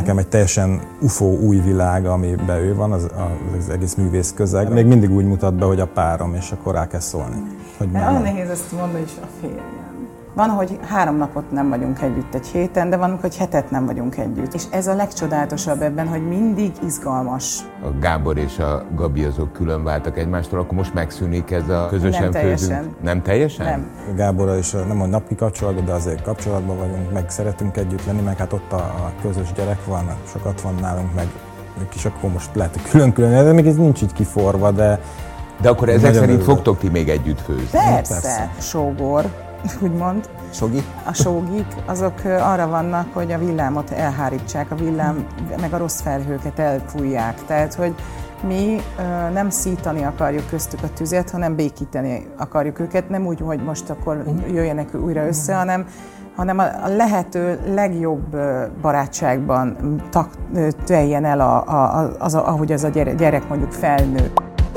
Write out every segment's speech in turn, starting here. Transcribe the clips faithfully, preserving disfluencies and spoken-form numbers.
Nekem egy teljesen ufó új világ, amiben ő van, az, az egész művész közeg. Még mindig úgy mutat be, hogy a párom, és akkor rá kell szólni. Hogy olyan nehéz ezt mondani, hogy a férjem. Van, hogy három napot nem vagyunk együtt egy héten, de van, hogy hetet nem vagyunk együtt. És ez a legcsodálatosabb ebben, hogy mindig izgalmas. A Gábor és a Gabi azok külön váltak egymástól, akkor most megszűnik ez a közösen nem főzünk. Teljesen. Nem teljesen? Nem. Gáborral is nem a napi kapcsolatban, de azért kapcsolatban vagyunk, meg szeretünk együtt lenni, meg hát ott a, a közös gyerek van, sokat van nálunk, meg ők is akkor most lehet, hogy külön-külön, de még ez nincs így kiforva, de... De akkor ezek szerint fogtok ti még együtt főzni? Persze, Persze. Sógor, úgymond. Sogi? A sógik, azok arra vannak, hogy a villámot elhárítsák, a villám, meg a rossz felhőket elfújják. Tehát, hogy mi nem szítani akarjuk köztük a tüzet, hanem békíteni akarjuk őket. Nem úgy, hogy most akkor jöjjenek újra össze, hanem, hanem a lehető legjobb barátságban teljen el, a, a, az, ahogy az a gyerek mondjuk felnő.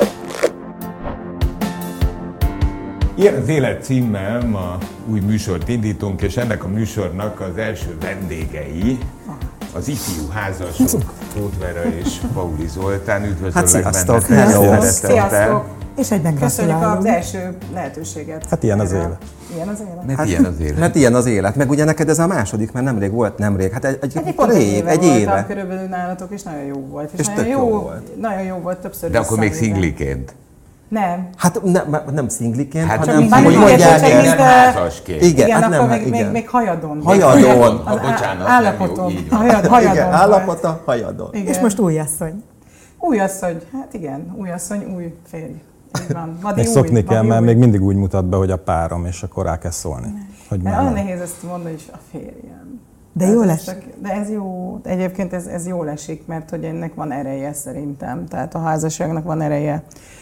Ilyen az élet címmel ma új műsort indítunk, és ennek a műsornak az első vendégei az ifjú házasok, Tóth Vera és Pauli Zoltán. Üdvözöllek hát benneteket. Sziasztok! És egyben köszönjük az első lehetőséget. Hát ilyen az élet. Ilyen az élet? Mert hát, ilyen az élet. Mert ilyen az élet. Meg ugye neked ez a második, mert nemrég volt, nemrég. Hát egy, egy, egy, egy rég, egy éve. Voltam körülbelül nálatok, és nagyon jó volt. És, és nagyon jó, jó volt. Nagyon jó volt, többször. De akkor még szingliként. Nem. Hát nem, nem szingliként, hát hanem hogy mondják el. Igen, házasként. Igen, igen hát akkor nem, még, igen. még, még hajadon. Hajadon. Ha bocsánat, állapotom. nem jó, Hajad, hajadon. Igen, állapota, hajadon. Igen. És most újasszony. Újasszony, hát igen, újasszony, új férj. Így van. Még szokni kell, mert még mindig úgy mutat be, hogy a párom, és akkor rá kell szólni. Hogy olyan nehéz ezt mondani, hogy a férjem. De jó lesz. De ez jó, egyébként ez, ez jól esik, mert hogy ennek van ereje szerintem, tehát a házasságnak van ereje.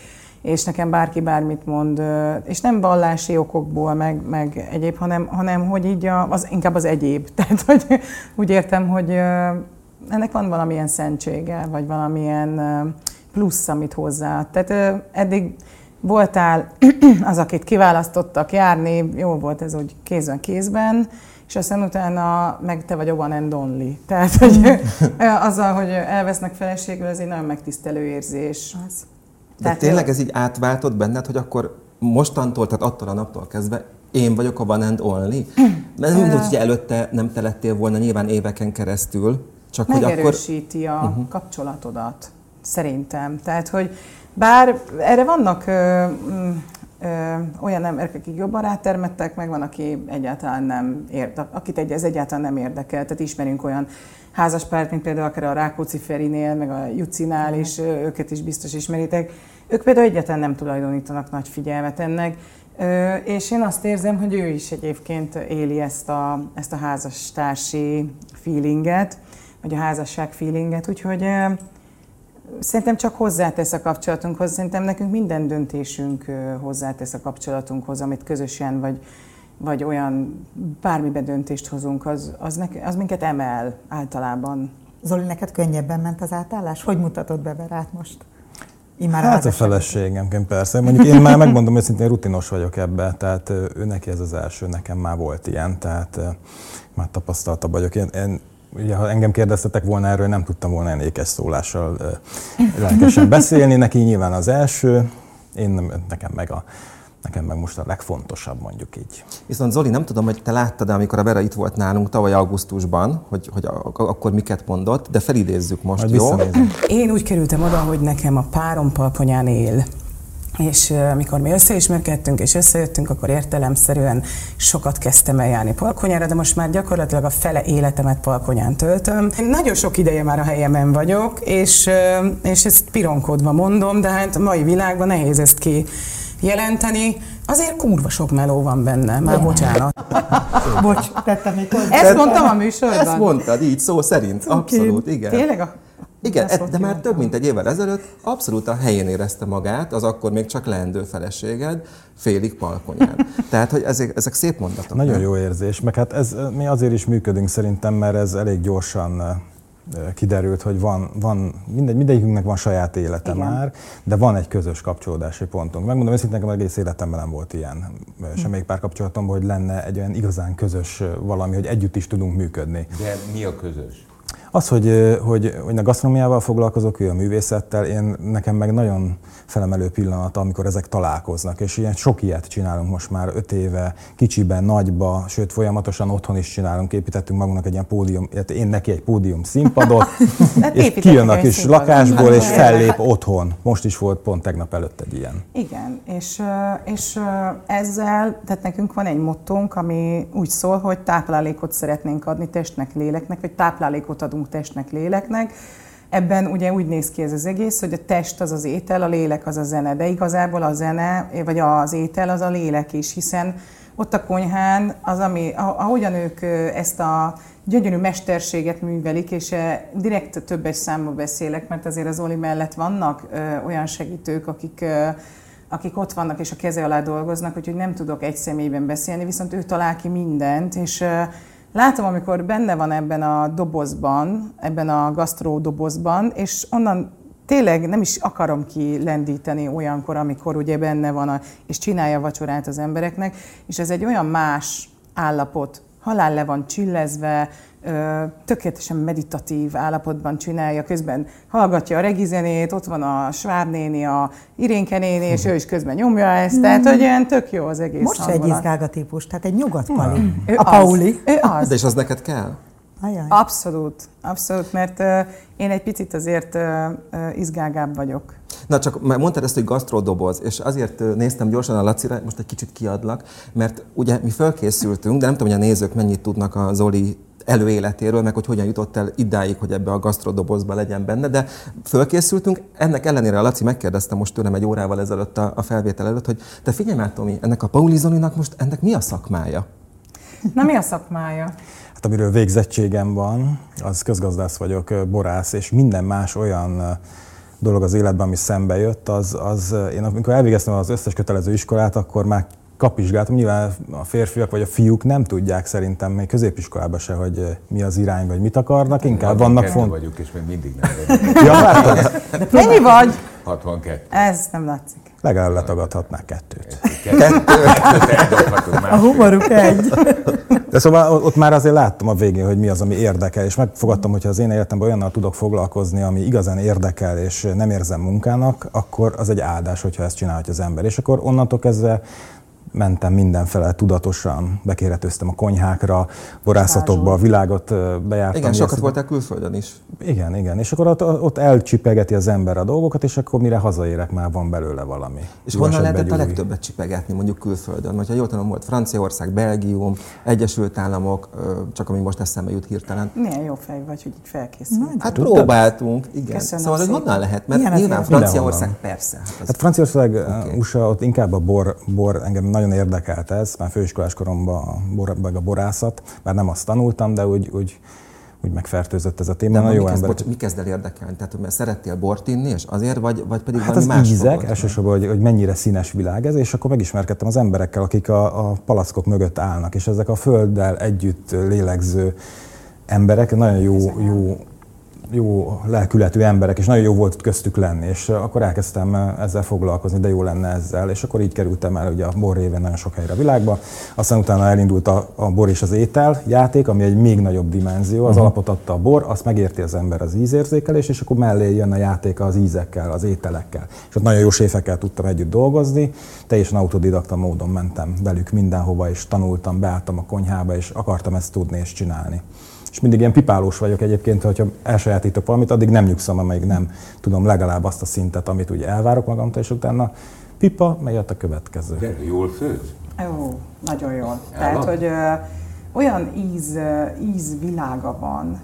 És nekem bárki bármit mond, és nem vallási okokból, meg, meg egyéb, hanem, hanem hogy így a, az, inkább az egyéb. Tehát hogy úgy értem, hogy ennek van valamilyen szentsége, vagy valamilyen plusz, amit hozzá. Tehát eddig voltál az, akit kiválasztottak járni, jó volt ez úgy kézben kézben, és aztán utána meg te vagy one and only. Tehát hogy azzal, hogy elvesznek feleségül, ez egy nagyon megtisztelő érzés. De tehát tényleg ez így átváltott benned, hogy akkor mostantól, tehát attól a naptól kezdve én vagyok a one and only? Mert nem mondod, hogy előtte nem te lettél volna nyilván éveken keresztül, csak hogy akkor... Megerősíti a uh-huh. kapcsolatodat, szerintem. Tehát, hogy bár erre vannak ö, ö, olyan emberek, akik jobban rátermettek, meg van, aki egyáltalán nem érdekel, akit egy, ez egyáltalán nem érdekel. Tehát ismerünk olyan házaspárt, mint például akár a Rákóczi Ferinél, meg a Jucinál is, őket is biztos ismeritek. Ők például egyáltalán nem tulajdonítanak nagy figyelmet ennek, és én azt érzem, hogy ő is egyébként éli ezt a, ezt a házastársi feelinget, vagy a házasság feelinget, úgyhogy szerintem csak hozzátesz a kapcsolatunkhoz, szerintem nekünk minden döntésünk hozzátesz a kapcsolatunkhoz, amit közösen, vagy, vagy olyan bármiben döntést hozunk, az, az, nek, az minket emel általában. Zoli, neked könnyebben ment az átállás? Hogy mutatod be Verát most? Immár hát a feleségemként persze. Mondjuk én már megmondom őszintén, rutinos vagyok ebbe, tehát ő neki ez az első, nekem már volt ilyen, tehát már tapasztaltabb vagyok. Én, én ugye, ha engem kérdeztetek volna erről, nem tudtam volna ilyen ékes szólással lelkesen beszélni. Neki nyilván az első, én nem, nekem meg a Nekem meg most a legfontosabb, mondjuk így. Viszont Zoli, nem tudom, hogy te láttad, amikor a Vera itt volt nálunk tavaly augusztusban, hogy, hogy akkor miket mondott, de felidézzük most, majd jó? Én úgy kerültem oda, hogy nekem a párom Palkonyán él. És amikor mi összeismerkedtünk és összejöttünk, akkor értelemszerűen sokat kezdtem el járni Palkonyára, de most már gyakorlatilag a fele életemet Palkonyán töltöm. Én nagyon sok ideje már a helyemen vagyok, és, és ezt pironkodva mondom, de hát a mai világban nehéz ezt ki jelenteni, azért kurva sok meló van benne, már bocsánat. Bocs, tettem még hozzá. Ezt mondtam a műsorban? Ezt mondtad, így szó szerint, abszolút, igen. Tényleg? A... Igen, de, de már több mint egy évvel ezelőtt abszolút a helyén érezte magát, az akkor még csak leendő feleséged, félig Palkonyán. Tehát, hogy ezek, ezek szép mondatok. Nagyon nem? jó érzés, meg hát ez, mi azért is működünk szerintem, mert ez elég gyorsan kiderült, hogy van, van mindegy, mindegyikünknek van saját élete Igen. már, de van egy közös kapcsolódási pontunk. Megmondom őszintén, nekem egész életemben nem volt ilyen semmelyik párkapcsolatomban, hogy lenne egy olyan igazán közös valami, hogy együtt is tudunk működni. De mi a közös? Az, hogy, hogy, hogy a gasztronómiával foglalkozok, ő a művészettel, én nekem meg nagyon felemelő pillanat, amikor ezek találkoznak, és ilyen sok ilyet csinálunk most már öt éve, kicsiben, nagyba, sőt folyamatosan otthon is csinálunk, építettünk magunknak egy ilyen pódium, én neki egy pódium színpadot, és kijön a kis lakásból, és fellép otthon. Most is volt pont tegnap előtt egy ilyen. Igen, és, és ezzel, tehát nekünk van egy mottónk, ami úgy szól, hogy táplálékot szeretnénk adni testnek, léleknek, vagy táplálékot adunk testnek, léleknek. Ebben ugye úgy néz ki ez az egész, hogy a test az az étel, a lélek az a zene, de igazából a zene, vagy az étel az a lélek is, hiszen ott a konyhán az, ami, ahogyan ők ezt a gyönyörű mesterséget művelik, és direkt többes számba beszélek, mert azért az Oli mellett vannak olyan segítők, akik, akik ott vannak és a keze alá dolgoznak, úgyhogy nem tudok egy személyben beszélni, viszont ő talál ki mindent, és látom, amikor benne van ebben a dobozban, ebben a gasztró dobozban, és onnan tényleg nem is akarom kilendíteni olyankor, amikor ugye benne van, a, és csinálja a vacsorát az embereknek, és ez egy olyan más állapot, halál le van csillezve, tökéletesen meditatív állapotban csinálja, közben hallgatja a regizenét, ott van a Schwab néni, a Irénke néni, és ő is közben nyomja ezt, tehát hogy ilyen tök jó az egész most hangulat. egy izgága típus, tehát egy nyugodt pali. Mm. A Pauli. Ő az. De és az neked kell? Ajaj. Abszolút, abszolút, mert uh, én egy picit azért uh, uh, izgágább vagyok. Na csak mondtad ezt, hogy gasztrodoboz, és azért néztem gyorsan a Lacira, most egy kicsit kiadlak, mert ugye mi fölkészültünk, de nem tudom, hogy a nézők mennyit tudnak a Zoli előéletéről, meg hogy hogyan jutott el idáig, hogy ebbe a gasztrodobozba legyen benne, de fölkészültünk, ennek ellenére a Laci megkérdezte most tőlem egy órával ezelőtt a, a felvétel előtt, hogy te figyelj már, Tomi, ennek a Pauli Zolinak most ennek mi a szakmája? Na mi a szakmája? Hát amiről végzettségem van, az közgazdász vagyok, borász, és minden más olyan dolog az életben, ami szembe jött, az, az én amikor elvégeztem az összes kötelező iskolát, akkor már kapizsgáltam. Nyilván a férfiak vagy a fiúk nem tudják szerintem még középiskolában se, hogy mi az irány, vagy mit akarnak. Inkább vannak font... vagyok, és még mindig nem vagyok. Ja, vártad? Mennyi vagy? hatvankettő. Ez nem látszik. Legalább letagadhatnák kettőt. A humoruk egy. De szóval ott már azért láttam a végén, hogy mi az, ami érdekel, és megfogadtam, hogyha az én életemben olyannal tudok foglalkozni, ami igazán érdekel, és nem érzem munkának, akkor az egy áldás, hogyha ezt csinálhatja az ember. És akkor onnantól kezdve mentem mindenfele tudatosan, bekérhetőztem a konyhákra, borászatokba, a világot bejártam. Igen, sokat voltál külföldön is. Igen, igen. És akkor ott, ott elcsipegeti az ember a dolgokat, és akkor mire hazaérek, már van belőle valami. És jó, honnan lehetett a legtöbbet csipegetni, mondjuk külföldön? Hogyha jól tudom, volt Franciaország, Belgium, Egyesült Államok, csak ami most eszembe jut hirtelen. Milyen jó fej vagy, hogy így felkészült. Hát próbáltunk, igen. Köszönöm szóval, hogy honnan lehet? Mert milyen nyilván Franciaország persze. Hát, hát Franciaország, okay. u es á, ott inkább a bor, bor engem nagyon érdekelt ez, már főiskolás koromban a, bor, a borászat, már nem azt tanultam, de úgy, úgy, úgy megfertőzött ez a téma. De jó mi, kezd, ember... bocs, mi kezd el érdekelni? Tehát, mert szerettél bort inni, és azért, vagy, vagy pedig hát valami az más ízek, fogod? elsősorban, hogy, hogy mennyire színes világ ez, és akkor megismerkedtem az emberekkel, akik a, a palackok mögött állnak, és ezek a földdel együtt lélegző emberek, nagyon jó, jó jó lelkületű emberek, és nagyon jó volt köztük lenni, és akkor elkezdtem ezzel foglalkozni, de jó lenne ezzel, és akkor így kerültem el ugye a bor révén nagyon sok helyre a világba. Aztán utána elindult a, a bor és az étel játék, ami egy még nagyobb dimenzió, az uh-huh. alapot adta a bor, azt megérti az ember az ízérzékelés, és akkor mellé jön a játék az ízekkel, az ételekkel. És ott nagyon jó séfekkel tudtam együtt dolgozni, teljesen autodidakta módon mentem velük mindenhova, és tanultam, beálltam a konyhába, és akartam ezt tudni és csinálni. És mindig ilyen pipálós vagyok egyébként, hogyha elsajátítok valamit, addig nem nyugszom, amíg nem tudom legalább azt a szintet, amit ugye elvárok magamtól, és utána pipa, melyet a következő. De jól főz? Jó, nagyon jól. Tehát, hogy ö, olyan íz, ízvilága van,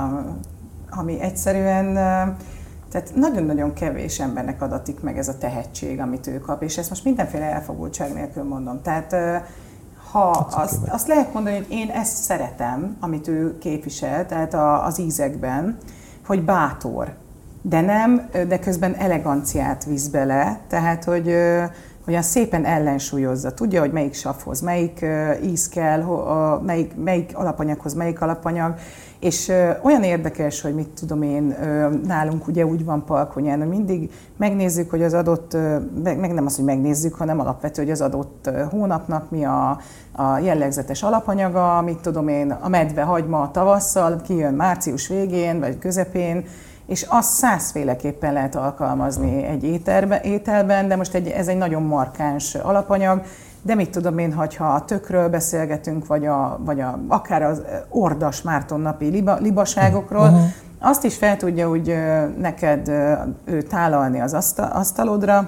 ami egyszerűen, ö, tehát nagyon-nagyon kevés embernek adatik meg ez a tehetség, amit ő kap, és ezt most mindenféle elfogultság nélkül mondom. Tehát, ö, Ha azt, azt lehet mondani, hogy én ezt szeretem, amit ő képvisel, tehát a, az ízekben, hogy bátor, de nem, de közben eleganciát visz bele, tehát hogy, olyan szépen ellensúlyozza. Tudja, hogy melyik savhoz melyik uh, íz kell, uh, melyik, melyik alapanyaghoz melyik alapanyag, és uh, olyan érdekes, hogy mit tudom én, uh, nálunk ugye úgy van Palkonyán, hogy mindig megnézzük, hogy az adott, uh, meg nem az, hogy megnézzük, hanem alapvető, hogy az adott uh, hónapnak mi a, a jellegzetes alapanyaga, mit tudom én, a medve hagyma tavasszal, kijön március végén, vagy közepén, és azt százféleképpen lehet alkalmazni egy ételben, ételben, de most egy, ez egy nagyon markáns alapanyag, de mit tudom én, ha a tökről beszélgetünk, vagy, a, vagy a, akár az ordas Márton napi liba, libaságokról, uh-huh. azt is fel tudja úgy neked ő tálalni az asztalodra,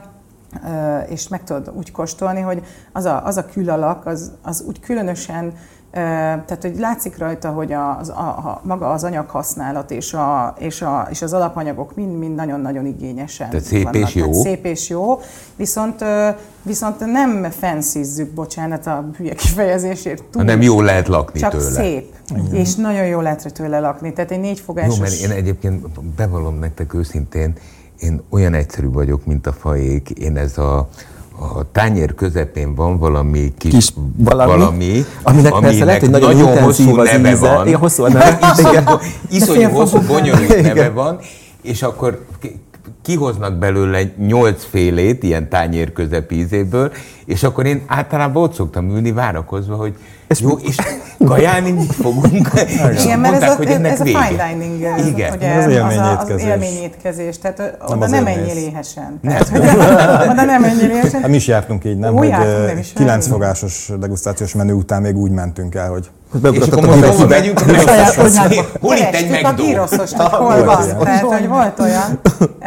és meg tudod úgy kóstolni, hogy az a, az a külalak, az, az úgy különösen, tehát, hogy látszik rajta, hogy az, a, a, maga az anyaghasználat és, a, és, a, és az alapanyagok mind-mind nagyon-nagyon igényesen tehát szép vannak. És jó. Tehát szép és jó, viszont, viszont nem fancyzzük, bocsánat a hülye kifejezésért. Túl, hanem jól lehet lakni csak tőle. Csak szép. Igen. És nagyon jól lehet tőle lakni. Tehát egy négyfogásos... Jó, mert én egyébként bevallom nektek őszintén, én olyan egyszerű vagyok, mint a fajék. Én ez a A tányér közepén van valami kis, kis valami, valami, aminek, aminek persze lehet, hogy nagyon, nagyon hosszú neve íze. van. Igen, hosszú a neve. Iszonyú hosszú, bonyolult neve van, és akkor kihoznak belőle nyolcfélét, ilyen tányér közepízéből, és akkor én általában ott szoktam ülni várakozva, hogy és jó, és kajálni mit fogunk? És igen, mert mondták, ez a, hogy ennek ez a vége. fine dining, igen. ugye, az élményétkezés. Az élményétkezés, tehát nem oda nem menjél éhesen. Tehát, hogy oda nem menjél éhesen. Hát mi is jártunk így, nem? Ó, hogy jártunk, nem is kilenc jártunk. fogásos degustációs menü után még úgy mentünk el, hogy És akkor most hova megyünk? Hol itt egy Kerestük a McDo? gyroszos, hogy hol van. Tehát, hogy volt olyan.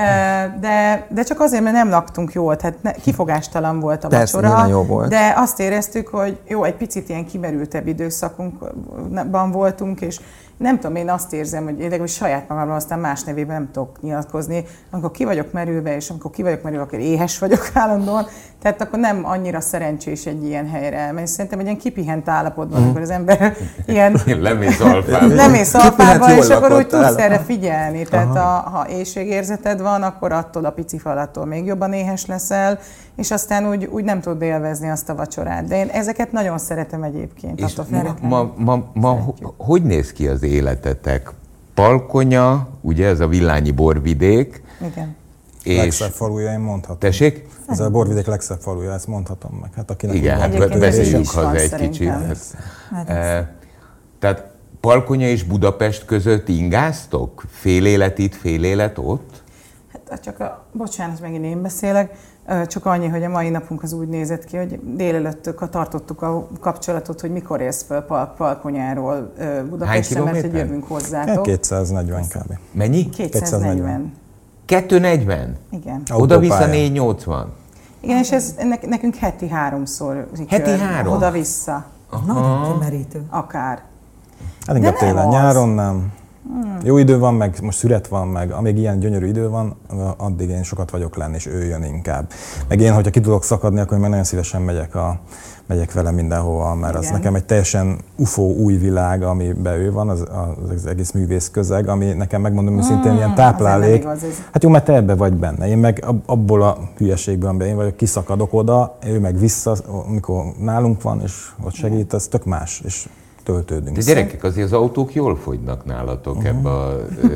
De, de csak azért, mert nem laktunk jól, tehát ne, kifogástalan volt a Persze, vacsora. jó volt. De azt éreztük, hogy jó, egy picit ilyen kimerültebb időszakunkban voltunk, és nem tudom, én azt érzem, hogy én saját magamról aztán más nevében nem tudok nyilatkozni. Amikor ki vagyok merülve, és amikor ki vagyok merülve, akkor éhes vagyok állandóan. Tehát akkor nem annyira szerencsés egy ilyen helyre elmenni. Szerintem egy ilyen kipihent állapotban, amikor az ember ilyen... Lemész alfába. Lemész alfába, és akkor úgy tudsz áll. erre figyelni. Tehát a, ha éhségérzeted van, akkor attól a pici falattól még jobban éhes leszel, és aztán úgy, úgy nem tudod élvezni azt a vacsorát. De én ezeket nagyon szeretem egyébként. És attól ma, ma, ma hogy néz ki az életetek? Palkonya, ugye ez a Villányi borvidék. Igen. És legszebb faluja, én mondhatom. tessék? Ez a borvidék legszebb faluja, ezt mondhatom meg. Hát akinek Igen, úgy hát van. Egyébként ez beszéljünk is van haza egy szerintem. kicsit. Hát Eh, Tehát Palkonya és Budapest között ingáztok? Fél élet itt, fél élet ott? Hát csak a, bocsánat, megint én beszélek, csak annyi, hogy a mai napunk az úgy nézett ki, hogy délelőtt tartottuk a kapcsolatot, hogy mikor érsz fel Pal- Palkonyáról Budapestre, mert hogy jövünk hozzátok. kétszáznegyven kb. Mennyi? kétszáznegyven. kétszáznegyven? Igen. Oda-vissza Autópályán. négyszáznyolcvan? Igen, és ez nek- nekünk heti háromszor. Heti három? Oda-vissza. Nagyon kimerítő. Akár. Hát inkább nem télen, az. nyáron nem. Hmm. Jó idő van, meg most szüret van, meg amíg ilyen gyönyörű idő van, addig én sokat vagyok lenni, és ő jön inkább. Meg én, hogyha ki tudok szakadni, akkor én meg nagyon szívesen megyek, a, megyek vele mindenhova, mert az Igen. nekem egy teljesen ufó új világ, amiben ő van, az, az egész művész közeg, ami nekem megmondom őszintén ilyen táplálék. Azért nem igaz ez. Hát jó, mert te ebbe vagy benne. Én meg ab- abból a hülyeségből, amiben én vagyok, kiszakadok oda, ő meg vissza, amikor nálunk van, és ott segít, az tök más, és töltődünk. De gyerekek, azért az autók jól fogynak nálatok uh-huh. ebbe a...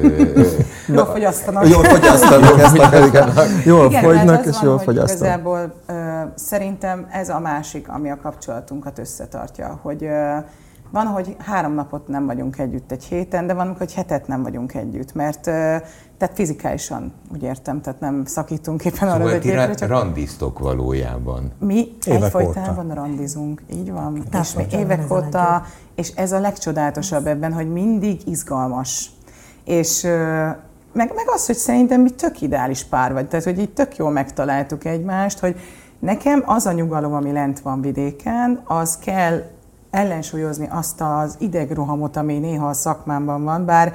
Jól fogyasztanak. Jól fogyasztanak, ezt akarják. Jól Igen, fogynak, tehát az és van, jól hogy fogyasztanak. Igazából ö, szerintem ez a másik, ami a kapcsolatunkat összetartja, hogy ö, van, hogy három napot nem vagyunk együtt egy héten, de van, hogy hetet nem vagyunk együtt, mert ö, tehát fizikálisan, úgy értem, tehát nem szakítunk éppen arra, Szóval hogy ti hétre, ra- csak randiztok valójában. mi Évek egyfolytában randizunk, így van, és mi Társadalom évek ez a óta, legjobb. és ez a legcsodálatosabb ebben, hogy mindig izgalmas. És ö, meg, meg az, hogy szerintem mi tök ideális pár vagy, tehát hogy így tök jól megtaláltuk egymást, hogy nekem az a nyugalom, ami lent van vidéken, az kell ellensúlyozni azt az idegrohamot, ami néha a szakmámban van, bár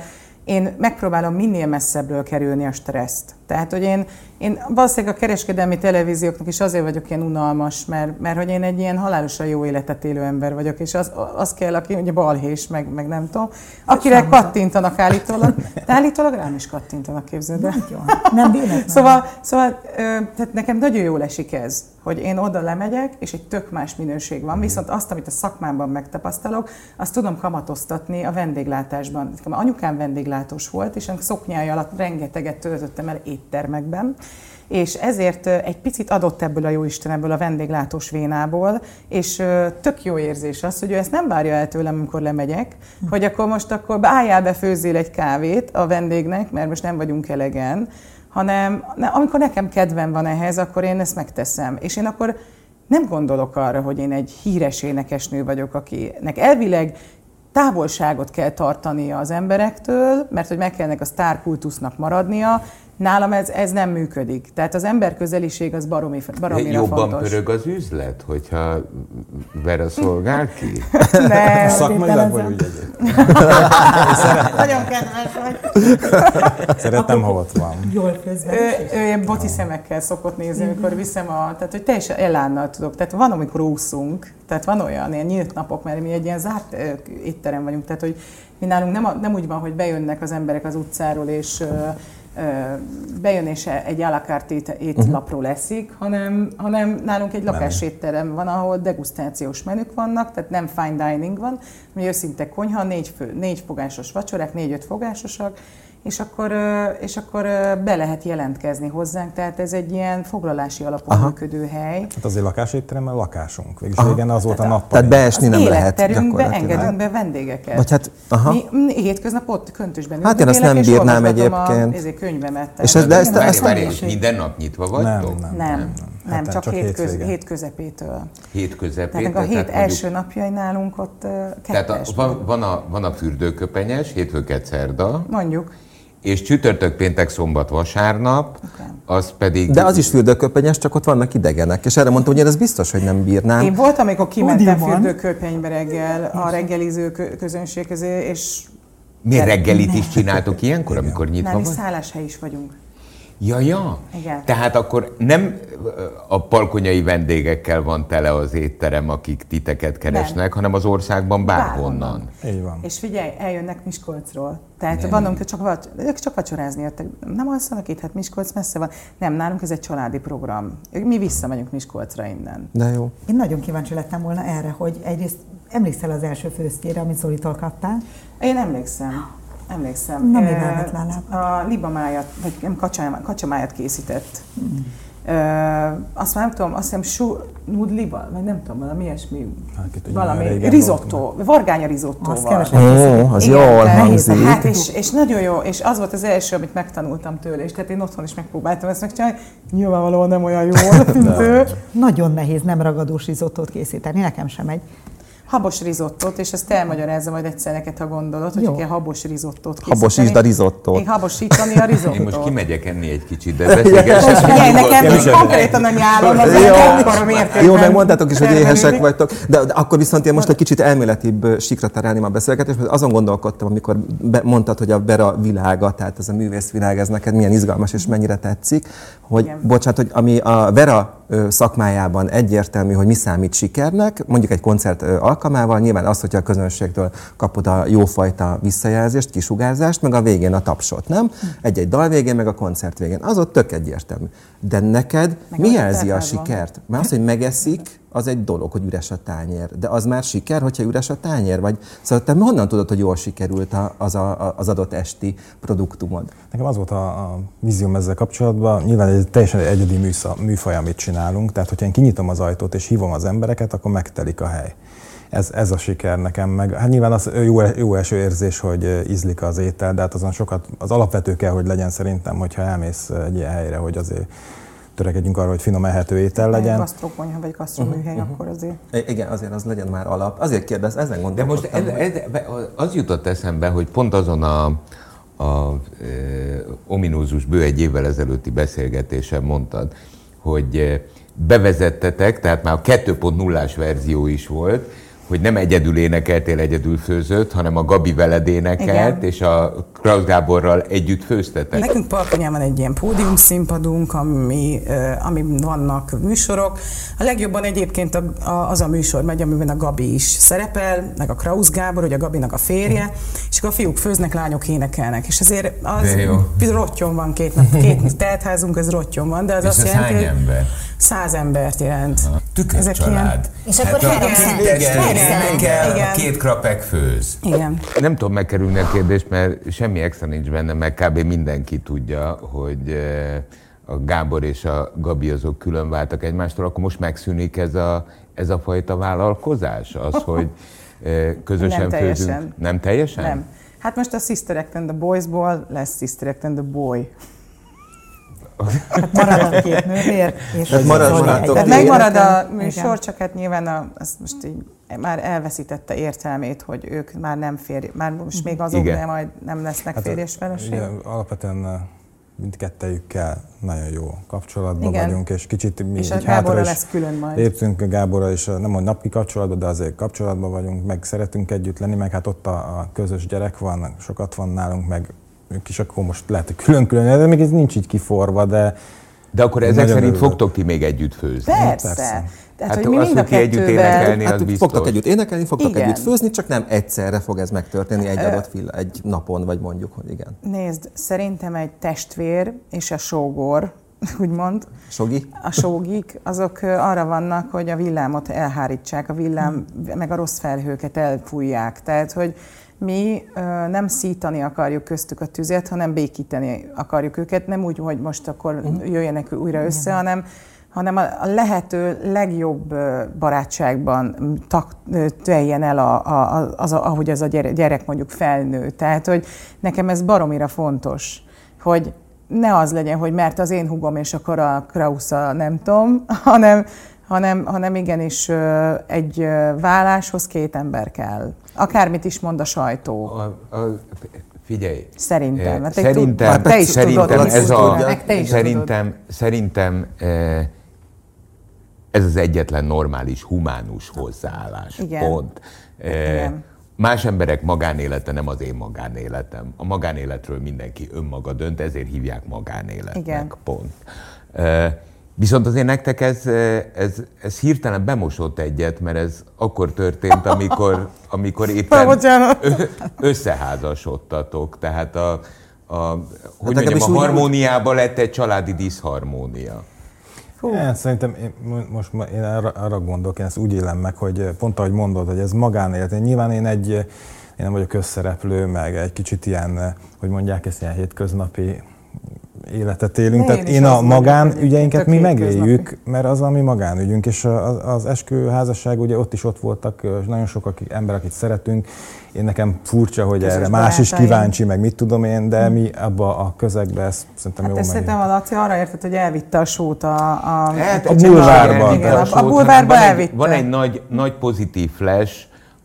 én megpróbálom minél messzebbről kerülni a stresszt. Tehát, hogy én, én valószínűleg a kereskedelmi televízióknak is azért vagyok ilyen unalmas, mert, mert hogy én egy ilyen halálosan jó életet élő ember vagyok, és az, az kell, aki ugye balhés, meg, meg nem tudom, akire kattintanak állítólag, de állítólag rám is kattintanak, képzeld el. Nem véletlen. Szóval, szóval tehát nekem nagyon jól esik ez, hogy én oda lemegyek, és egy tök más minőség van, viszont azt, amit a szakmámban megtapasztalok, azt tudom kamatoztatni a vendéglátásban. Anyukám vendéglátós volt, és a szoknyája alatt rengeteget töltöttem el éttermekben, és ezért egy picit adott ebből a jóisten, ebből a vendéglátós vénából, és tök jó érzés az, hogy ő ezt nem várja el tőlem, amikor lemegyek, hogy akkor most akkor álljál be, főzzél egy kávét a vendégnek, mert most nem vagyunk elegen, hanem amikor nekem kedvem van ehhez, akkor én ezt megteszem. És én akkor nem gondolok arra, hogy én egy híres énekesnő vagyok, akinek elvileg távolságot kell tartania az emberektől, mert hogy meg kellene a sztárkultusznak maradnia. Nálam ez, ez nem működik. Tehát az emberközeliség az baromi, baromira Jobban fontos. Jobban pörög az üzlet, hogyha Vera szolgál ki? Nem. Szakmailag vagy úgy egyébként? Nagyon kedves vagy. Szeretem, ha ott van. Jól közben. Ő, ő ilyen boci szemekkel szokott nézni, amikor viszem a... Tehát, hogy teljesen elánnal tudok. Tehát van, amikor úszunk. Tehát van olyan ilyen nyílt napok, mert mi egy ilyen zárt étterem vagyunk. Tehát, hogy mi nálunk nem, a, nem úgy van, hogy bejönnek az emberek az utcáról, és bejön és egy à la carte étlapról eszik, hanem, hanem nálunk egy lakásétterem van, ahol degustációs menük vannak, tehát nem fine dining van, ami őszinte konyha, négy, fő, négy fogásos vacsorák, négy-öt fogásosak, és akkor, és akkor be lehet jelentkezni hozzánk, tehát ez egy ilyen foglalási alapon Aha. működő hely. Hát azért lakásétteremmel lakásunk. Végülis régen az volt a nappali. Tehát beesni nem lehet gyakorlatilag. Engedünk be vendégeket. Vagy hát, aha. Mi hétköznap ott köntösben hát én azt nem bírnám egyébként. És könyvemet. És ez, de ezt, várj, ezt várj, és minden nap nyitva vagytok? Nem, nem, nem, nem, nem csak, csak hét, köz, hét közepétől. Hét közepétől? Tehát a hét első napjai nálunk ott kettes. Tehát a, van, van, a, van a fürdőköpenyes, hétfőket szerda. Mondjuk. És csütörtök, péntek, szombat, vasárnap, okay. az pedig... De az is fürdőköpenyes, csak ott vannak idegenek. És erre mondtam, hogy én ez biztos, hogy nem bírnám. Én voltam, amikor kimentem fürdőköpenybe reggel a reggeliző közönség közé, és... Mi reggelit is csináltok ilyenkor, igen. amikor nyitva van? van? Nem, szálláshely is vagyunk. Ja, ja. Igen. Tehát akkor nem a parkonyai vendégekkel van tele az étterem, akik titeket keresnek, nem. hanem az országban bárhonnan. Így van. És figyelj, eljönnek Miskolcról. Tehát vannak, hogy csak, ők csak vacsorázni jöttek. Nem alszanak itt, hát Miskolc messze van. Nem, nálunk ez egy családi program. Mi visszamegyünk Miskolcra innen. De jó. Én nagyon kíváncsi lettem volna erre, hogy egyrészt emlékszel az első főztjére, amit Zolitól kaptál? Én emlékszem. Emlékszem. Nem évelmetlen látom. A libamájat, vagy nem, kacsamájat készített. Mm. Uh, azt már nem tudom, azt hiszem su, nudliba, vagy nem tudom, valami ilyesmi, hát, valami risotto, vargánya risottóval. Ó, az jól hangzik. Hát és, és nagyon jó, és az volt az első, amit megtanultam tőle, és tehát én otthon is megpróbáltam ezt megcsinálni, nyilvánvalóan nem olyan jól, mint ő. Nagyon nehéz nem ragadós risottót készíteni, nekem sem egy. Habos risottót, és ezt elmagyarázza majd egyszer neked, ha gondolod, hogy kell habos risottót készíteni. Habosítsd a risottót. Én habosítani a risottót. Én most kimegyek enni egy kicsit, de beszélgessünk. Figyelj, nekem is konkrétan a nyálon, az akarom érteni. Jó, megmondtátok is, hogy éhesek vagytok, de, de akkor viszont én most egy kicsit elméletibb sikra terelném a beszélgetést, mert azon gondolkodtam, amikor be, mondtad, hogy a Vera világa, tehát ez a művészvilág, ez neked milyen izgalmas és mennyire tetszik, hogy, igen. bocsánat, hogy ami a Vera szakmájában egyértelmű, hogy mi számít sikernek, mondjuk egy koncert alkalmával, nyilván az, hogyha a közönségtől kapod a jófajta visszajelzést, kisugárzást, meg a végén a tapsot, nem? Egy-egy dal végén, meg a koncert végén. Az ott tök egyértelmű. De neked meg mi jelzi a sikert? Mert az, hogy megeszik, az egy dolog, hogy üres a tányér. De az már siker, hogyha üres a tányér? Vagy... Szóval te honnan tudod, hogy jól sikerült az, a, az adott esti produktumod? Nekem az volt a, a vízióm ezzel kapcsolatban, nyilván egy teljesen egyedi műsza, műfaj, amit csinálunk, tehát hogyha én kinyitom az ajtót és hívom az embereket, akkor megtelik a hely. Ez, ez a siker nekem, meg hát nyilván az jó, jó első érzés, hogy ízlik az étel, de hát azon sokat, az alapvető kell, hogy legyen szerintem, hogyha elmész egy ilyen helyre, hogy azért törekedjünk arra, hogy finom ehető étel legyen. Gasztrokonyha vagy gasztroműhely, uh-huh, akkor azért. Igen, azért az legyen már alap. Azért kérdez, ezen gondolkodtam. De most ez, ez, az jutott eszembe, hogy pont azon a, a e, ominózus bő egy évvel ezelőtti beszélgetésen mondtad, hogy bevezettetek, tehát már a kettő pont nullás verzió is volt, hogy nem egyedül énekeltél, egyedül főzött, hanem a Gabi veled énekelt, igen. és a Krausz Gáborral együtt főztetek. Nekünk Parkonyán van egy ilyen pódium színpadunk, ami, ami vannak műsorok. A legjobban egyébként a, a, az a műsor megy, amiben a Gabi is szerepel, meg a Krausz Gábor, hogy a Gabinak a férje, mm. és akkor a fiúk főznek, lányok énekelnek. És azért az rottyon van, két, nap, két teltházunk, az rottyon van, de az és azt jelenti, hogy ember? Száz embert jelent. Tükörcsalád. És akkor hát három a két krapek főz. Igen. Nem tudom megkerülni a kérdést, mert semmi extra nincs benne, meg kb. Mindenki tudja, hogy a Gábor és a Gabi azok külön váltak egymástól, akkor most megszűnik ez a, ez a fajta vállalkozás? Az, hogy közösen nem főzünk? Teljesen. Nem teljesen? Nem. Hát most a Sister Act and the Boysból lesz Sister Act and the Boy. Hát marad a két nő, miért? És hát marad, maradtok. Tehát megmarad a műsor, csak hát nyilván a, az most így már elveszítette értelmét, hogy ők már nem férj, már most még azok, de majd nem lesznek hát férj és feleség. Ugye, alapvetően mindkettejükkel nagyon jó kapcsolatban igen. vagyunk, és kicsit mi és így hátra lesz külön majd. Léptünk Gáborral is, nem hogy napi kapcsolatban, de azért kapcsolatban vagyunk, meg szeretünk együtt lenni, meg hát ott a, a közös gyerek van, sokat van nálunk, meg ők is akkor most lehet, hogy külön-külön, de még ez nincs így kiforva, de... De akkor ezek szerint örülök. Fogtok ti még együtt főzni? Persze. Persze. Tehát, hát hogy mi mind a kettőben... együtt énekelni, hát, az biztos. Fogtok együtt énekelni, fogtok igen. együtt főzni, csak nem egyszerre fog ez megtörténni egy adott fil, egy napon, vagy mondjuk, hogy igen. Nézd, szerintem egy testvér és a sógor, úgymond. Sogi? A sógik, azok arra vannak, hogy a villámot elhárítsák, a villám, hmm. meg a rossz felhőket elfújják. Tehát, hogy mi ö, nem szítani akarjuk köztük a tüzet, hanem békíteni akarjuk őket. Nem úgy, hogy most akkor jöjjenek újra össze, hanem, hanem a, a lehető legjobb barátságban teljen el, a, a, az, a, ahogy az a gyerek, gyerek mondjuk felnő. Tehát, hogy nekem ez baromira fontos, hogy ne az legyen, hogy mert az én húgom, és akkor a Krausz a nem tudom, hanem, hanem, hanem igenis egy válláshoz két ember kell. Akármit is mond a sajtó. A, a, figyelj. Szerintem. Eh, szerintem, tud, te is szerintem tudod, ez a, te is szerintem, tudod. szerintem eh, ez az egyetlen normális, humánus hozzáállás. Igen. Pont. Eh, Igen. Más emberek magánélete nem az én magánéletem. A magánéletről mindenki önmaga dönt, ezért hívják magánéletnek. Igen. Pont. Eh, Viszont azért nektek ez, ez, ez hirtelen bemosott egyet, mert ez akkor történt, amikor, amikor éppen összeházasodtatok. Tehát a, a, hogy hát mondjam, a harmóniában lett egy családi diszharmónia. Én szerintem én, most én arra, arra gondolok, én ezt úgy élem meg, hogy pont ahogy mondod, hogy ez magánélet. Én nyilván én egy, én nem vagyok közszereplő, meg egy kicsit ilyen, hogy mondják, ezt ilyen hétköznapi életet élünk, de tehát én, én a magánügyeinket mi megéljük, mert az a mi magánügyünk, és az, az esküvőházasság, ugye ott is ott voltak nagyon sok akik, ember, akit szeretünk. Én nekem furcsa, hogy közös erre más is kíváncsi, meg mit tudom én, de hmm. mi abba a közegbe ezt szerintem hát jól megyünk. Szerintem a Laci arra értett, hogy elvitte a sót a, a, hát, a bulvárban. Igen, a, a bulvárban elvitte. Van egy nagy, nagy pozitív flash,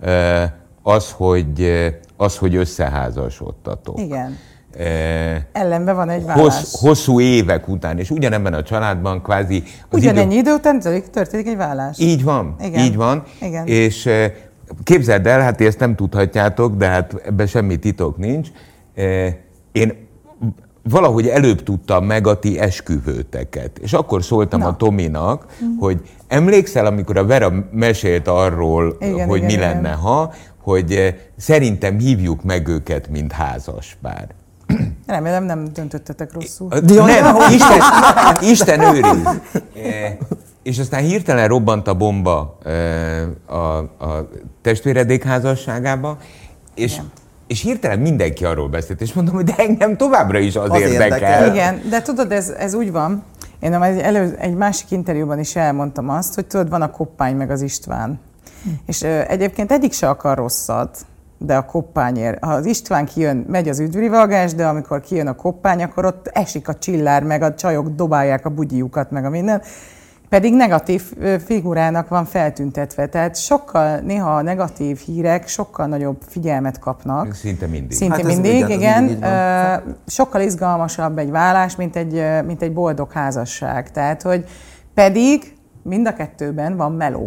az, hogy, az, hogy összeházasodtatok. Igen. Eh, Ellenben van egy vállás. Hossz, hosszú évek után, és ugyanebben a családban kvázi... Ugyanennyi idő után történik egy vállás. Így van, igen. így van. Igen. És eh, képzeld el, hát ezt nem tudhatjátok, de hát ebben semmi titok nincs. Eh, én valahogy előbb tudtam meg a ti esküvőteket, és akkor szóltam Na. a Tominak, mm. hogy emlékszel, amikor a Vera mesélt arról, igen, hogy igen, mi igen. lenne, ha, hogy eh, szerintem hívjuk meg őket, mint házaspár. Remélem nem döntöttetek rosszul. Nem, Isten, Isten őriz. E, és aztán hirtelen robbant a bomba e, a, a testvéredék házasságába, és, és hirtelen mindenki arról beszélt, és mondom, hogy de engem továbbra is az, az érdekel. érdekel. Igen, de tudod, ez, ez úgy van. Én egy, elő, egy másik interjúban is elmondtam azt, hogy tudod, van a Koppány meg az István. Hm. És ö, egyébként egyik se akar rosszat, de a Koppányért. Ha az István kijön, megy az üdvrivalgás, de amikor kijön a Koppány, akkor ott esik a csillár, meg a csajok dobálják a bugyiukat, meg a minden. Pedig negatív figurának van feltüntetve. Tehát sokkal, néha a negatív hírek sokkal nagyobb figyelmet kapnak. Szinte mindig. Szinte hát mindig, igen. igen. Mindig sokkal izgalmasabb egy vállás, mint egy, mint egy boldog házasság. Tehát, hogy pedig mind a kettőben van meló.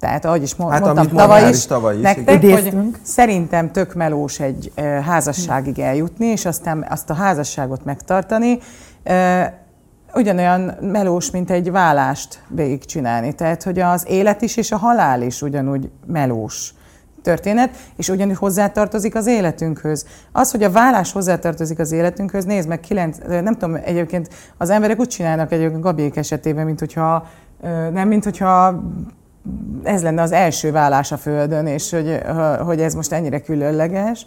Tehát ahogy is Hát, mondtam, amit tavaly mondtál is, is, tavaly is, nektek, igen. hogy Idéztünk. szerintem tök melós egy ö, házasságig eljutni, és aztán azt a házasságot megtartani. Ö, ugyanolyan melós, mint egy vállást végigcsinálni. Tehát, hogy az élet is és a halál is ugyanúgy melós történet, és ugyanúgy hozzátartozik az életünkhöz. Az, hogy a vállás hozzátartozik az életünkhöz, nézd meg, kilenc, nem tudom, egyébként az emberek úgy csinálnak egyébként Gabiék esetében, mint hogyha, nem, mint hogyha ez lenne az első vállás a Földön, és hogy, hogy ez most ennyire különleges.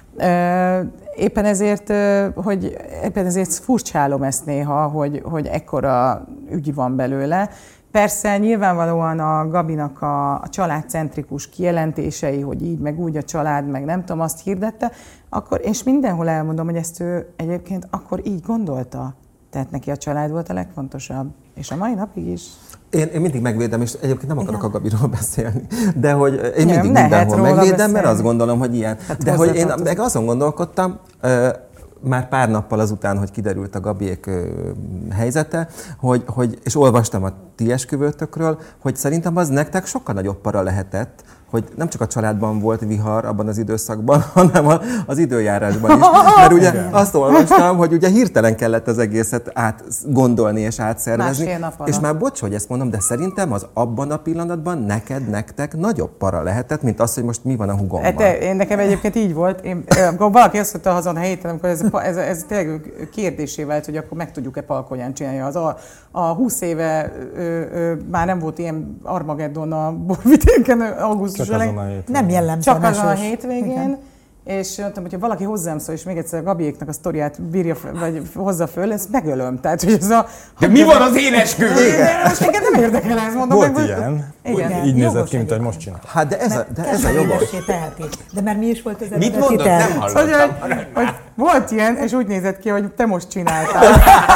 Éppen ezért, hogy éppen ezért furcsálom ezt néha, hogy, hogy ekkora ügy van belőle. Persze nyilvánvalóan a Gabinak a, a családcentrikus kijelentései, hogy így, meg úgy a család, meg nem tudom, azt hirdette, akkor, és mindenhol elmondom, hogy ezt ő egyébként akkor így gondolta. Tehát neki a család volt a legfontosabb. És a mai napig is. Én, én mindig megvédem, és egyébként nem akarok a Gabiról beszélni, de hogy én mindig nem, mindenhol megvédem, beszélni. Mert azt gondolom, hogy ilyen. Hát de hogy én meg azon gondolkodtam, már pár nappal azután, hogy kiderült a Gabiék helyzete, hogy, hogy, és olvastam a ti esküvőtökről, hogy szerintem az nektek sokkal nagyobb para lehetett, hogy nem csak a családban volt vihar abban az időszakban, hanem az időjárásban is. Mert ugye igen. Azt olvastam, hogy ugye hirtelen kellett az egészet átgondolni és átszervezni. És már bocs, hogy ezt mondom, de szerintem az abban a pillanatban neked, nektek nagyobb para lehetett, mint az, hogy most mi van a hugomban. Hát, én nekem egyébként így volt. Én, amikor valaki azt mondta hazon a héten, amikor ez, ez, ez tényleg kérdésé vált, hogy akkor meg tudjuk-e Palkonyán csinálni. Az a, a húsz éve ö, ö, már nem volt ilyen Armageddon a borvidéken augusztus. Csak azon a hétvégén. Nem jellemzően. Csak azon a hétvégén. Igen. És mondtam, hogyha valaki hozzám szól, és még egyszer a Gabiéknak a sztoriát bírja, vagy hozza föl, ezt megölöm. Tehát, hogy ez a... De mi van az énesküvő? Most minket nem érdekel ez, mondom. Volt meg, ilyen. Igen. Így nézett Jogos ki, mint ahogy egyébként. most csinál. Hát de ez a, de ez a jogos. teheti. De mert mi is volt az Mit eredeti mondod? terv? Nem Hogy, hallottam. hogy, hogy volt ilyen, és úgy nézett ki, hogy te most csináltál.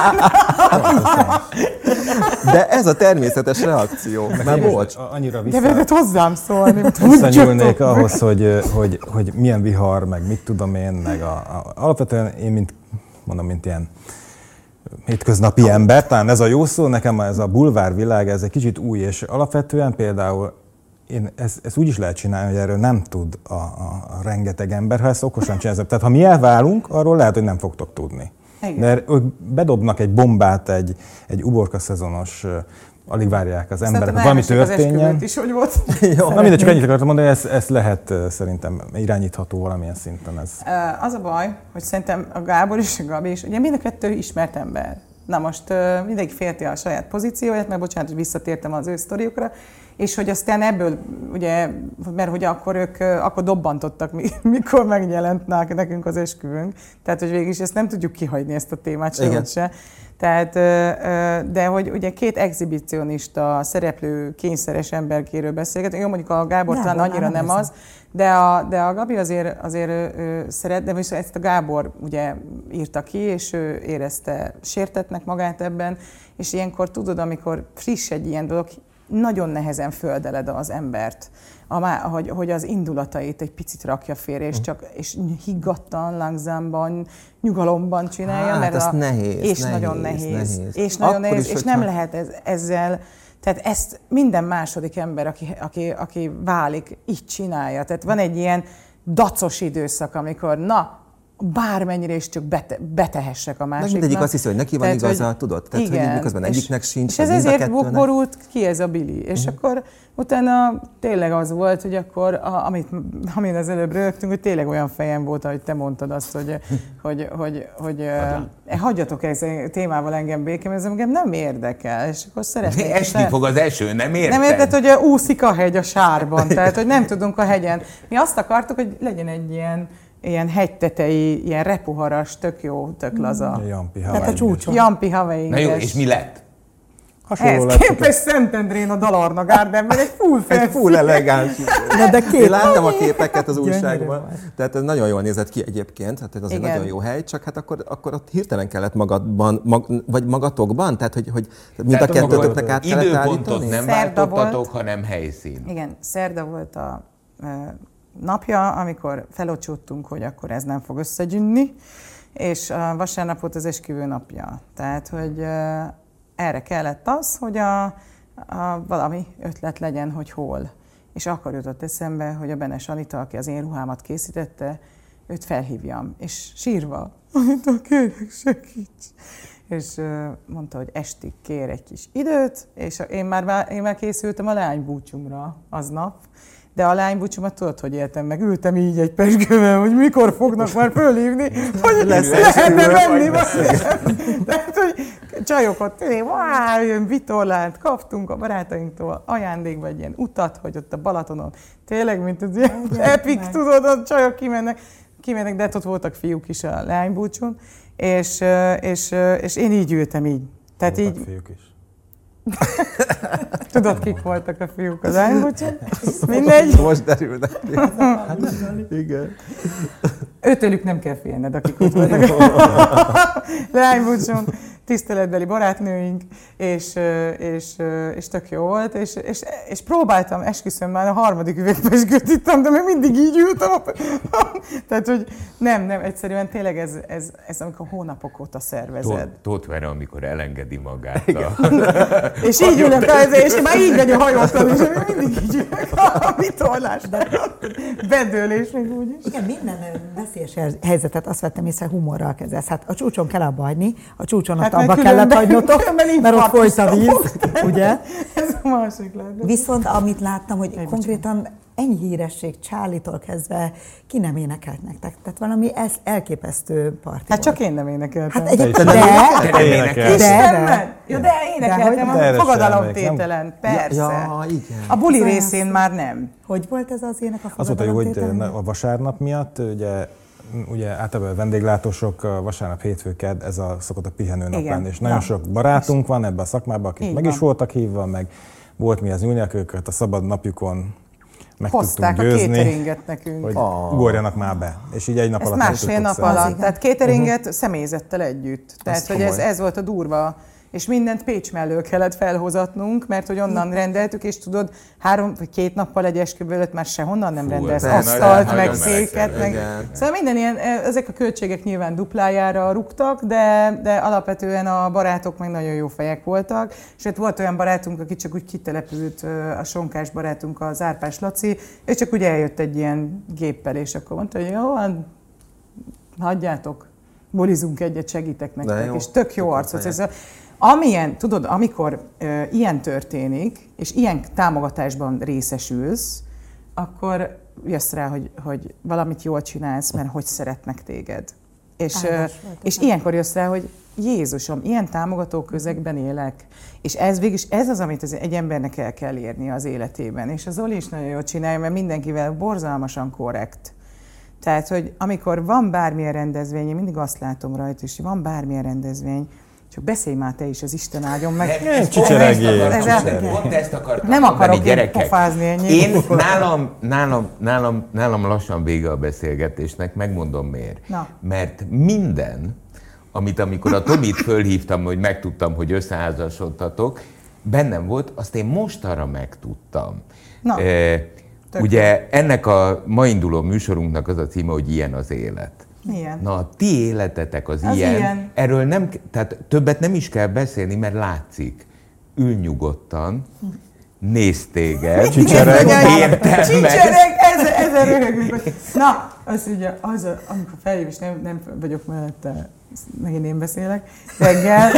De ez a természetes reakció. Már bocs. Annyira De vissza, vedett hozzám szólni. visszanyúlnék ahhoz, hogy, hogy, hogy milyen vihar, meg mit tudom én, meg a, a, alapvetően én, mint, mondom, mint ilyen hétköznapi ember, talán ez a jó szó, nekem ez a bulvárvilág, ez egy kicsit új, és alapvetően például én ezt, ezt úgy is lehet csinálni, hogy erről nem tud a, a, a rengeteg ember, ha ezt okosan csinálják. Tehát ha mi elválunk, arról lehet, hogy nem fogtok tudni. Igen. Mert ők bedobnak egy bombát, egy, egy uborka szezonos, alig várják az emberek, hogy valami történjen. Az is, hogy volt. Na mindegy, csak ennyit akartam mondani, ez, ez lehet szerintem irányítható valamilyen szinten. Ez. Az a baj, hogy szerintem a Gábor és a Gabi is, ugye mind a kettő ismert ember. Na most mindenki félti a saját pozícióját, mert bocsánat, hogy visszatértem az ő sztoriukra, és hogy aztán ebből, ugye, mert hogy akkor ők akkor dobbantottak, mikor megjelent nekünk az esküvőnk. Tehát, hogy végig is ezt nem tudjuk kihagyni, ezt a témát sem se. Tehát, de hogy ugye két exhibicionista, szereplő, kényszeres emberkéről beszélgetünk. Jó, mondjuk a Gábor talán annyira nem, nem az, de a, de a Gabi azért, azért ő szeret, de viszont ezt a Gábor ugye írta ki, és ő érezte sértetnek magát ebben, és ilyenkor tudod, amikor friss egy ilyen dolog, nagyon nehezen földeled az embert, hogy, hogy az indulatait egy picit rakja félre, és csak és higgadtan, langzámban, nyugalomban csinálja. Hát, mert ez a, nehéz, és nehéz, nagyon nehéz. nehéz. És nagyon nehéz, is, és nem lehet ez, ezzel, tehát ezt minden második ember, aki, aki, aki válik, így csinálja. Tehát van egy ilyen dacos időszak, amikor na, bármennyire is csak bete, betehessek a másiknak. Meg mindegyik azt hiszi, hogy neki van tehát, igaza, hogy, tudod? Tehát, igen, hogy miközben egyiknek sincs, és ez mind a ezért kettőnek. borult ki ez a Billy. És uh-huh. akkor utána tényleg az volt, hogy akkor, a, amit, amin az előbb rögtünk, hogy tényleg olyan fejem volt, ahogy te mondtad azt, hogy, hogy, hogy, hogy eh, hagyjatok ezzel témával engem békén, ez engem nem érdekel. És akkor szeretnék... Esni fog az eső, nem érted? Nem érted, hogy úszik a hegy a sárban, tehát hogy nem tudunk a hegyen. Mi azt akartuk, hogy legyen egy ilyen ilyen hegytetei, ilyen repuharas, tök jó, tök laza. Jampi Tehát a csúcson. Jampi Hawaii. Na jó, és mi lett? Hasonló Ez képes Szentendrén a Dalarna Gardenben, egy full fancy. Egy full elegáns. Na, de két Én láttam a képeket az Gyönyörű újságban. volt. Tehát ez nagyon jól nézett ki egyébként, hát ez azért Igen. nagyon jó hely, csak hát akkor, akkor ott hirtelen kellett magadban, mag, vagy magatokban, tehát hogy, hogy mind a Tehát kettőtöknek át kellett időpontot állítani? nem Szerda váltottatok, volt. hanem helyszín. Igen, szerda volt a e, napja, amikor felocsúttunk, hogy akkor ez nem fog összegyűnni, és a vasárnap volt az esküvő napja. Tehát, hogy e, erre kellett az, hogy a, a valami ötlet legyen, hogy hol. és akkor jutott eszembe, hogy a Benes Anita, aki az én ruhámat készítette, őt felhívjam, és sírva, Anita, kérlek, segíts! És mondta, hogy estig kér egy kis időt, és én már, én már készültem a lánybúcsúmra aznap, de a lánybúcsúmat tudod, hogy éltem meg, ültem így egy pezsgővel, hogy mikor fognak már fölhívni, hogy lehetne menni. Tehát, hogy csajokat, jön vitorlát, kaptunk a barátainktól ajándékba egy ilyen utat, hogy ott a Balatonon tényleg, mint az ilyen epik, tudod, a csajok kimennek, kimennek, de ott voltak fiúk is a lánybúcsún, és, és, és én így ültem így. Tehát voltak így, fiúk is. Tudod, kik voltak a fiúk az lánybúcsún? Mindegy. Most derülnek. Igen. Őtőlük nem kell félned, akik ott voltak. Lánybúcsún, tiszteletbeli barátnőink, és, és, és tök jó volt, és, és, és próbáltam, esküszöm, már a harmadik üvegpezsgőt ittam, de még mindig így ültem. Tehát, hogy nem, nem, egyszerűen tényleg ez, ez, ez amikor hónapok óta szervezed. Tóth Vera, amikor elengedi magát. A... és így ülök el, és már így megy a hajótlan, és mindig így ülök a vitorlás, de bedőlés még úgy is. Igen, minden veszélyes helyzetet azt vettem észre, humorral kezdesz. Hát a csúcson kell abba hagyni, a csúcson ott hát abba kellett hagynotok, mert ott folyt a víz, ugye? Ez a másik lehet. Viszont amit láttam, hogy Egy konkrétan ennyi híresség, Charlie-tól kezdve ki nem énekelt nektek. Tehát valami ez elképesztő parti Hát csak volt. én nem énekeltem. Hát egyébként de, de, de, de, énekeltem. De, ja, de énekeltem de, a fogadalomtételen, persze. Ja, igen. A buli Ez részén olyan... már nem. Hogy volt ez az ének a Az volt a jó, hogy fogadalomtételen? a vasárnap miatt, ugye, ugye általában a vendéglátósok, a vasárnap, hétfő, kedd, ez a szokott a pihenőnap lenni, és nagyon Na. sok barátunk van ebben a szakmában, akik Így meg van. is voltak hívva, meg volt mihez nyúlni, őket a szabad napjukon meg Hozták tudtunk a győzni, cateringet nekünk. hogy ugorjanak már be. És így egy nap Ezt alatt másfél nap szállni. alatt. Tehát cateringet személyzettel együtt. Tehát, hogy ez, komoly. ez volt a durva. És mindent Pécs mellől kellett felhozatnunk, mert hogy onnan rendeltük, és tudod, három vagy két nappal egy esküvő előtt már sehonnan nem Fú, rendelsz ez asztalt, nagyon meg melegszerű, széket, meg... igen. Szóval minden ilyen, ezek a költségek nyilván duplájára rúgtak, de, de alapvetően a barátok meg nagyon jó fejek voltak. És hát volt olyan barátunk, aki csak úgy kitelepült, a sonkás barátunk, az Árpás Laci, és csak úgy eljött egy ilyen géppel, és akkor mondta, hogy jó, hagyjátok, bulizunk egyet, segítek nektek, jó. és tök jó arcot. Ez a, amilyen, tudod, amikor ö, ilyen történik, és ilyen támogatásban részesülsz, akkor jössz rá, hogy, hogy valamit jól csinálsz, mert hogy szeretnek téged. És, ö, és ilyenkor jössz rá, hogy Jézusom, ilyen támogató közegben élek. És ez végülis ez az, amit az egy embernek el kell érni az életében. És az Zoli is nagyon jól csinálja, mert mindenkivel borzalmasan korrekt. Tehát, hogy amikor van bármilyen rendezvény, én mindig azt látom rajta, és van bármilyen rendezvény, csak beszélj már te is az Isten áldjon meg. Csicseregjél, Ez a- csicseregjél. Pont ezt akartam Nem mondani, akarok én gyerekek. pofázni ennyi. Én nálam, nálam, nálam, nálam lassan vége a beszélgetésnek, megmondom miért. Na. Mert minden, amit amikor a Tomit fölhívtam, hogy megtudtam, hogy összeházasodtatok, bennem volt, azt én mostanra megtudtam. Na. E, ugye ennek a ma induló műsorunknak az a címe, hogy ilyen az élet. Milyen? Na, a ti életetek az, Az ilyen, ilyen. erről nem, tehát többet nem is kell beszélni, mert látszik. Ül nyugodtan, nézd téged, Csicsereg. értelmez. Csicsereg, ezzel, ezzel röhögünk. hogy- Na, az ugye, az, a- amikor feljön, és nem, nem vagyok mellette, megint én beszélek, reggel.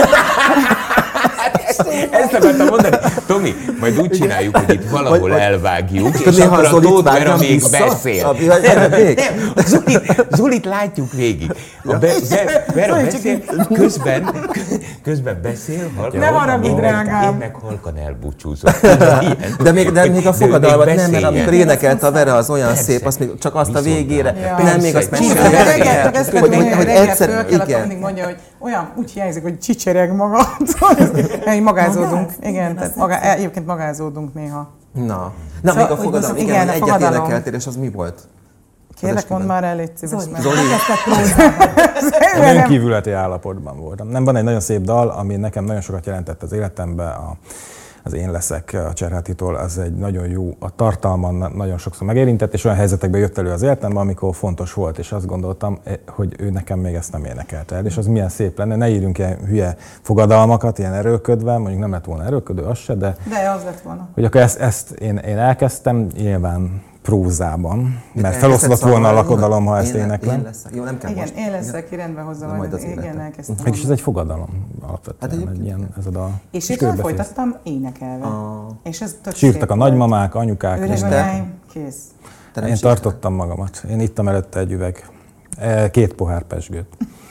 Ezt akartam mondani. Tomi, majd úgy csináljuk, hogy itt valahol Vagy- vagy- elvágjuk, És és néha akkor a Zolit Tóth Vera vágjam még vissza? beszél. Abi, vagy erre még? Nem, Zolit, Zolit látjuk végig. A be, be, Vera beszél, közben, közben beszél, halkan. Ne haragudj, én meg- drágám. Én meg halkan elbúcsúzok. Ilyen. De még, de még a De- fogadalmat de nem, mert amikor beszéljen. énekelt a Vera, az olyan Persze. szép, azt még csak azt a Viszont végére. arra. Nem, még azt Persze. megcsinálja. Csicsereg, Csicsereg. reggel, ezt Hogy, hogy, hogy, hogy reggel egyszer, föl kell, akkor mindig igen. mondja, hogy olyan, úgy hiányzik, hogy csicsereg magad. Így magázódunk. Magázz? Igen, Igen, tehát azt magá, tetszett. egyébként magázódunk néha. Na, na Szóval, még a hogy fogadalom, viszont- igen, igen, a egyet fogadalom. énekeltél, és az mi volt? Kérlek, mondd már el, légy szíves. Zoli, mert- Zoli. elkezdtek prózálni. Én önkívületi állapotban voltam. Nem, van egy nagyon szép dal, ami nekem nagyon sokat jelentett az életemben. A, az Én leszek a Cserhátitól, az egy nagyon jó, a tartalman nagyon sokszor megérintett, és olyan helyzetekben jött elő az életemben, amikor fontos volt, és azt gondoltam, hogy ő nekem még ezt nem énekelte el, és az milyen szép lenne, ne írjunk ilyen hülye fogadalmakat, ilyen erőlködve, mondjuk nem lett volna erőlködő, az se, de... De az lett volna. Hogy akkor ezt, ezt én, én elkezdtem, nyilván prózában, mert feloszlott volna a lakodalom, ha ezt éneklem. Én leszek. Jó, nem kell Igen, most. én leszek, ki rendben hozza majd, majd az igen, életem. elkezdtem. És ez egy fogadalom alapvetően, hát egy ilyen, ez a dal. És itt folytattam énekelve. Ah. És ez tök sírtak a nagymamák, anyukák. Öreganyáim, kész. Én tartottam magamat. Én ittam előtte egy üveg, két pohár pezsgőt.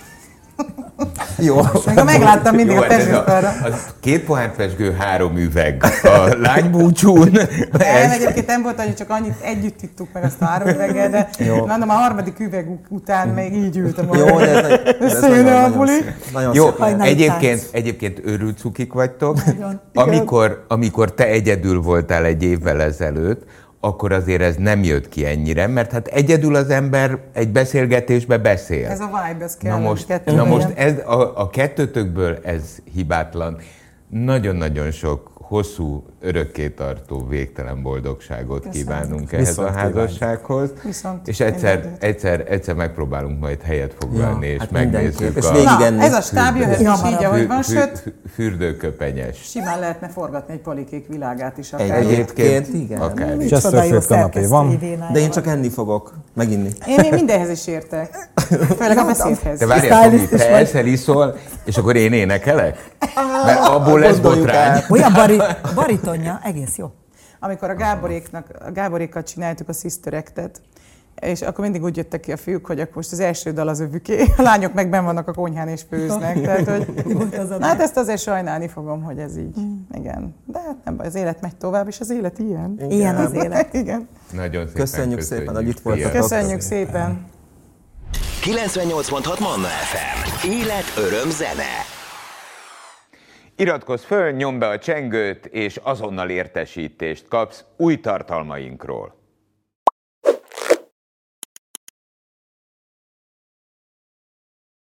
Jó. Meg ha megláttam mindig jó, a pezsgőkarra. Két pohár pezsgő, három üveg a lánybúcsún. Nem, egyébként nem volt, hogy csak annyit együtt ittuk meg azt a három üveggel, de mondom, a harmadik üveg után még így ültem. Jó, de ez, ez nagyon, nagyon szép. Nagyon jó, szép. egyébként, egyébként őrült cukik vagytok. Amikor, amikor te egyedül voltál egy évvel ezelőtt, akkor azért ez nem jött ki ennyire, mert hát egyedül az ember egy beszélgetésbe beszél. Ez a vibe, ez kell. Na most, na most ez, a, a kettőtökből ez hibátlan. Nagyon-nagyon sok hosszú, örökkétartó, végtelen boldogságot Köszönöm. kívánunk ehhez Viszont a házassághoz. Viszont és egyszer, egyszer, egyszer megpróbálunk majd helyet foglalni, ja, és hát megnézzük és a... Na, ez a stáb jöhet is így, ahogy van, sőt... Fürdőköpenyes. Simán lehetne forgatni egy Palikék világát is akár. Egyébként, igen. Akár. Chesterfield kanapé van. De én csak enni fogok, meginni. Én még mindenhez is értek. Főleg a beszédhez. Te várjál, Tomi, te elszer iszol, és akkor én énekelek? Mert abból lesz botrány. Olyan bari, baritonja, egész jó. Amikor a Gáboréknak, a Gáborékkal csináltuk a Sister Act-et, és akkor mindig úgy jöttek ki a fiúk, hogy akkor most az első dal az övüké, a lányok meg benn vannak a konyhán és főznek. Tehát, hogy, na, hát ezt azért sajnálni fogom, hogy ez így. Igen. De hát nem baj, az élet megy tovább, és az élet ilyen. Igen, ilyen az élet. Igen. Nagyon szépen köszönjük, köszönjük szépen, hogy itt voltatok. Köszönjük szépen. kilencvennyolc pont hat Manna ef em. Élet, öröm, zene. Iratkozz föl, nyomd be a csengőt, és azonnal értesítést kapsz új tartalmainkról.